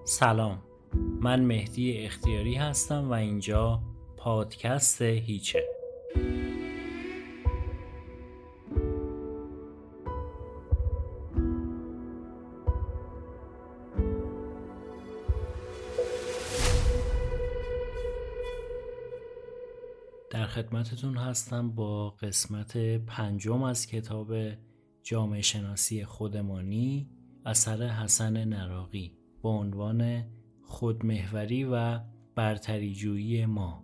سلام، من مهدی اختیاری هستم و اینجا پادکست هیچه. در خدمتتون هستم با قسمت 5 از کتاب جامعه شناسی خودمانی اثر حسن نراقی با عنوان خودمحوری و برتریجویی ما.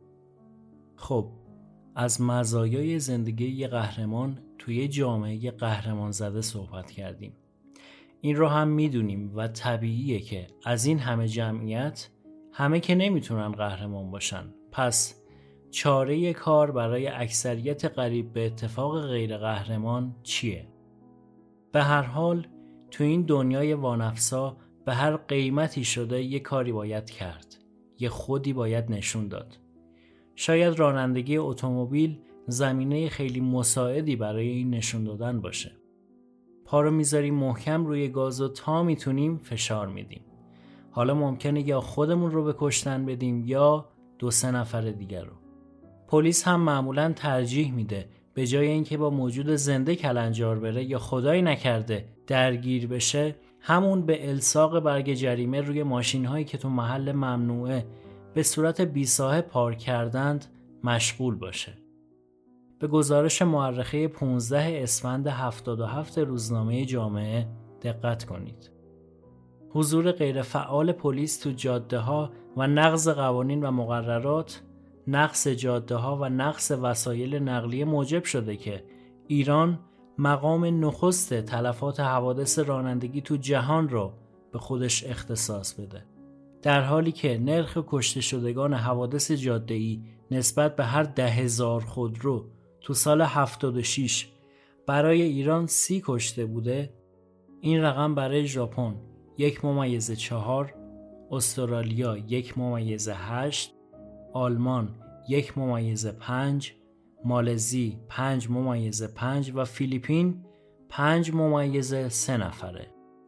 خب، از مزایای زندگی یه قهرمان توی جامعه قهرمان زده صحبت کردیم. این رو هم میدونیم و طبیعیه که از این همه جمعیت همه که نمیتونن قهرمان باشن. پس چاره کار برای اکثریت قریب به اتفاق غیر قهرمان چیه؟ به هر حال تو این دنیای وانفسا به هر قیمتی شده یه کاری باید کرد. یه خودی باید نشون داد. شاید رانندگی اتومبیل زمینه خیلی مساعدی برای این نشون دادن باشه. پا رو میذاریم محکم روی گاز و تا میتونیم فشار میدیم. حالا ممکنه یا خودمون رو به کشتن بدیم یا 2-3 نفر دیگر رو. پلیس هم معمولاً ترجیح میده به جای اینکه با موجود زنده کلنجار بره یا خدایی نکرده درگیر بشه، همون به الصاق برگ جریمه روی ماشین‌هایی که تو محل ممنوعه به صورت بی‌ساهه پارک کردند مشغول باشه. به گزارش مورخه 15 اسفند 77 روزنامه جامعه دقت کنید. حضور غیرفعال پلیس تو جاده‌ها و نقض قوانین و مقررات، نقص جاده‌ها و نقص وسایل نقلیه موجب شده که ایران مقام نخست تلفات حوادث رانندگی تو جهان رو به خودش اختصاص بده. در حالی که نرخ کشته شدگان حوادث جاده‌ای نسبت به هر 10,000 خودرو تو سال 76 برای ایران 30 کشته بوده، این رقم برای ژاپن 1.4، استرالیا 1.8، آلمان 1.5، مالزی 5.5 و فیلیپین 5.3 نفره.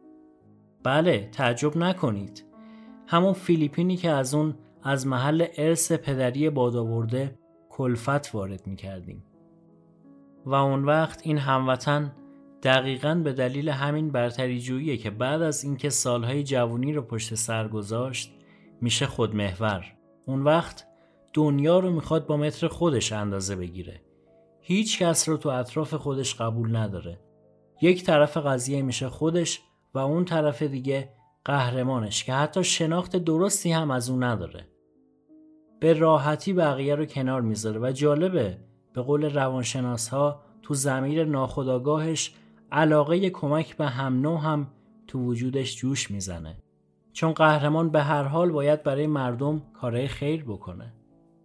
بله، تعجب نکنید. همون فیلیپینی که از محل ارث پدری بادآورده کلفت وارد می‌کردیم. و اون وقت این هموطن دقیقاً به دلیل همین برتریجوییه که بعد از اینکه سالهای جوانی رو پشت سر گذاشت میشه خودمحور. اون وقت دنیا رو میخواد با متر خودش اندازه بگیره. هیچ کس رو تو اطراف خودش قبول نداره. یک طرف قضیه میشه خودش و اون طرف دیگه قهرمانش که حتی شناخت درستی هم از اون نداره. به راحتی بقیه رو کنار میذاره و جالبه، به قول روانشناس‌ها تو ضمیر ناخودآگاهش علاقه کمک به هم نوع هم تو وجودش جوش میزنه. چون قهرمان به هر حال باید برای مردم کارهای خیر بکنه.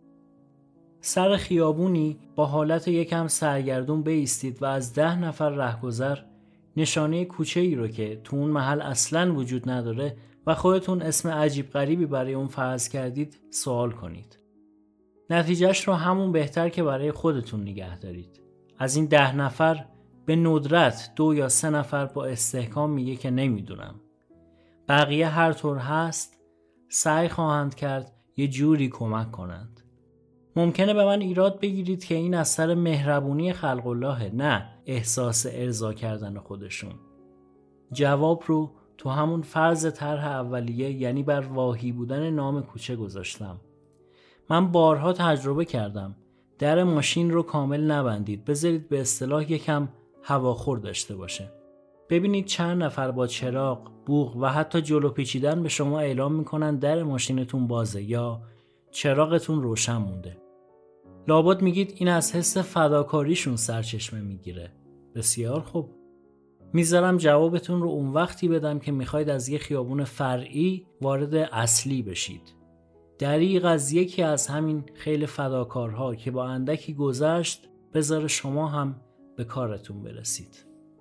سر خیابونی با حالت یکم سرگردون بایستید و از 10 نفر رهگذر نشانه کوچه‌ای رو که تو اون محل اصلاً وجود نداره و خودتون اسم عجیب غریبی برای اون فرض کردید سوال کنید. نتیجهش رو همون بهتر که برای خودتون نگه دارید. از این 10 نفر به ندرت 2 یا 3 نفر با استحکام میگه که نمیدونم. بقیه هر طور هست سعی خواهند کرد یه جوری کمک کنند. ممکنه به من ایراد بگیرید که این از سر مهربونی خلق اللهه، نه احساس ارضا کردن خودشون. جواب رو تو همون فرض طرح اولیه، یعنی بر واهی بودن نام کوچه گذاشتم. من بارها تجربه کردم. در ماشین رو کامل نبندید، بذارید به اصطلاح یکم هواخور داشته باشه. ببینید چند نفر با چراغ، بوق و حتی جلو پیچیدن به شما اعلام میکنن در ماشینتون بازه یا چراغتون روشن مونده. لابد میگید این از حس فداکاریشون سرچشمه میگیره. بسیار خوب. میذارم جوابتون رو اون وقتی بدم که میخواید از یه خیابون فرعی وارد اصلی بشید. دریغ از یکی از همین خیلی فداکارها که با اندکی گذشت بذاره شما هم به کارتون برسید.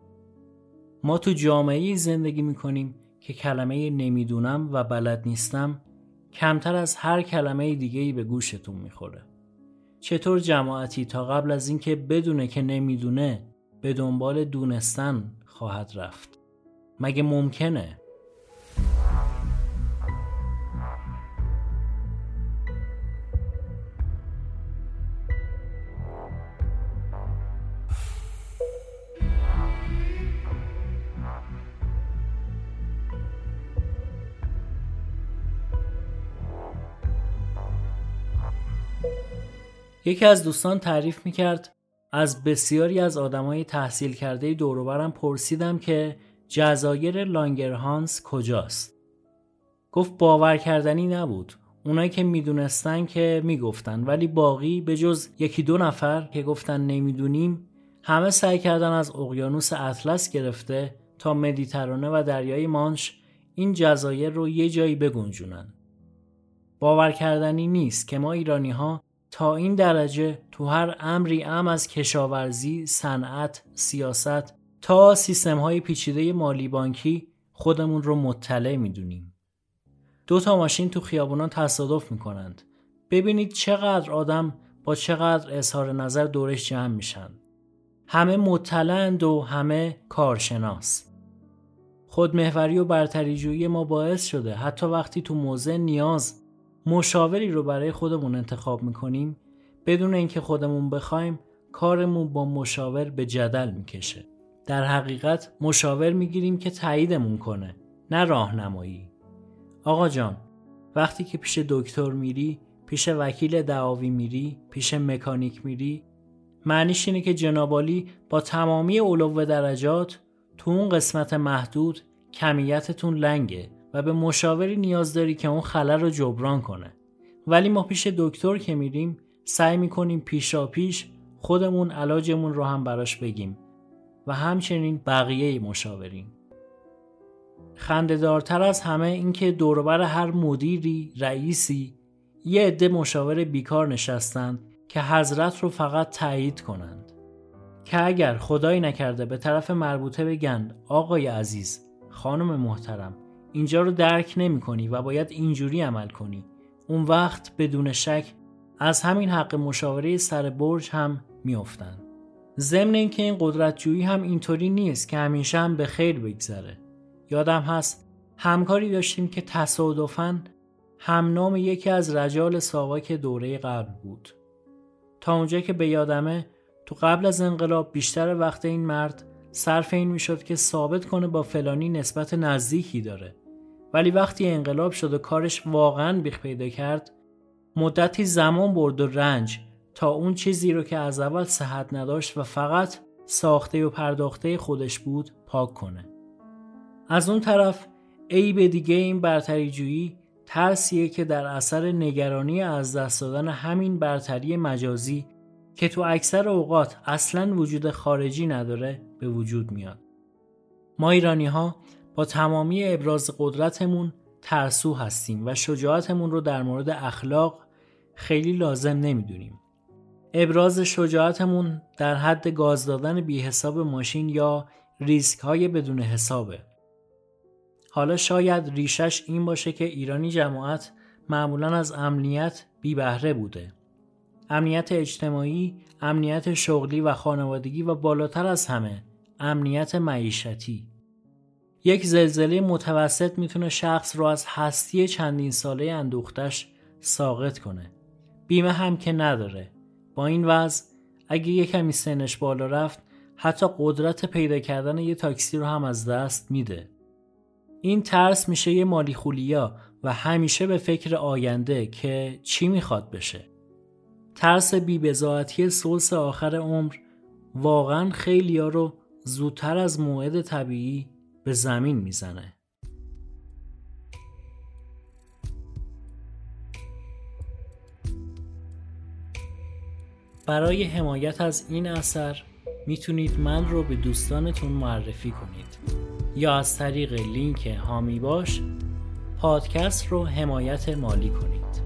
ما تو جامعه‌ای زندگی میکنیم که کلمه نمیدونم و بلد نیستم کمتر از هر کلمه دیگه‌ای به گوشتون میخوره. چطور جماعتی تا قبل از اینکه بدونه که نمیدونه به دنبال دونستن خواهد رفت؟ مگه ممکنه؟ یکی از دوستان تعریف میکرد از بسیاری از آدمای تحصیل کرده دور و برم پرسیدم که جزایر لانگرهانس کجاست. گفت باور کردنی نبود. اونایی که میدونستن که میگفتن، ولی باقی به جز 1-2 نفر که گفتن نمیدونیم، همه سعی کردن از اقیانوس اطلس گرفته تا مدیترانه و دریای مانش این جزایر رو یه جایی بگنجونن. باور کردنی نیست که ما ایرانی‌ها تا این درجه تو هر امری از کشاورزی، صنعت، سیاست تا سیستم‌های پیچیده مالی بانکی خودمون رو مطلع میدونیم. 2 ماشین تو خیابونا تصادف میکنند. ببینید چقدر آدم با چقدر اظهار نظر دورش جمع میشن. همه مطلعند و همه کارشناس. خودمحوری و برتریجویی ما باعث شده حتی وقتی تو موضع نیاز مشاوری رو برای خودمون انتخاب میکنیم، بدون اینکه خودمون بخوایم کارمون با مشاور به جدل میکشه. در حقیقت مشاور میگیریم که تاییدمون کنه، نه راهنمایی. آقا جان، وقتی که پیش دکتر میری، پیش وکیل دعاوی میری، پیش مکانیک میری، معنیش اینه که جناب عالی با تمامی علو درجات تو اون قسمت محدود کمیتتون لنگه و به مشاوری نیاز داری که اون خلل رو جبران کنه. ولی ما پیش دکتر که میریم سعی میکنیم پیشاپیش خودمون علاجمون رو هم براش بگیم و همچنین بقیه مشاورین. خنده‌دارتر از همه این که دور و بر هر مدیری، رئیسی یه عده مشاور بیکار نشستن که حضرت رو فقط تایید کنند. که اگر خدایی نکرده به طرف مربوطه بگن آقای عزیز، خانم محترم، اینجا رو درک نمی کنی و باید اینجوری عمل کنی، اون وقت بدون شک از همین حق مشاوره سر برج هم میافتن. ضمن اینکه این قدرتجویی هم اینطوری نیست که همیشه هم به خیر بگذره. یادم هست همکاری داشتیم که تصادفاً همنام یکی از رجال ساواک دوره قبل بود. تا اونجا که به یادمه تو قبل از انقلاب بیشتر وقت این مرد صرف این میشد که ثابت کنه با فلانی نسبت نزدیکی داره. ولی وقتی انقلاب شد و کارش واقعاً بیخ پیدا کرد، مدتی زمان برد و رنج تا اون چیزی رو که از اول صحت نداشت و فقط ساخته و پرداخته خودش بود پاک کنه. از اون طرف عیب دیگه این برتریجویی ترسیه که در اثر نگرانی از دست دادن همین برتری مجازی که تو اکثر اوقات اصلاً وجود خارجی نداره به وجود میاد. ما ایرانی ها با تمامی ابراز قدرتمون ترسو هستیم و شجاعتمون رو در مورد اخلاق خیلی لازم نمیدونیم. ابراز شجاعتمون در حد گاز دادن بی حساب ماشین یا ریسک های بدون حسابه. حالا شاید ریشش این باشه که ایرانی جماعت معمولاً از امنیت بی بهره بوده. امنیت اجتماعی، امنیت شغلی و خانوادگی و بالاتر از همه امنیت معیشتی. یک زلزله متوسط میتونه شخص رو از هستی چندین ساله اندوختش ساقط کنه. بیمه هم که نداره. با این وضع اگه یک کمی سنش بالا رفت حتی قدرت پیدا کردن یه تاکسی رو هم از دست میده. این ترس میشه یه مالی خولیا و همیشه به فکر آینده که چی میخواد بشه. ترس بی‌بضاعتی ثلث آخر عمر واقعا خیلیا رو زودتر از موعد طبیعی به زمین میزنه. برای حمایت از این اثر میتونید من رو به دوستانتون معرفی کنید یا از طریق لینک حامی باش پادکست رو حمایت مالی کنید.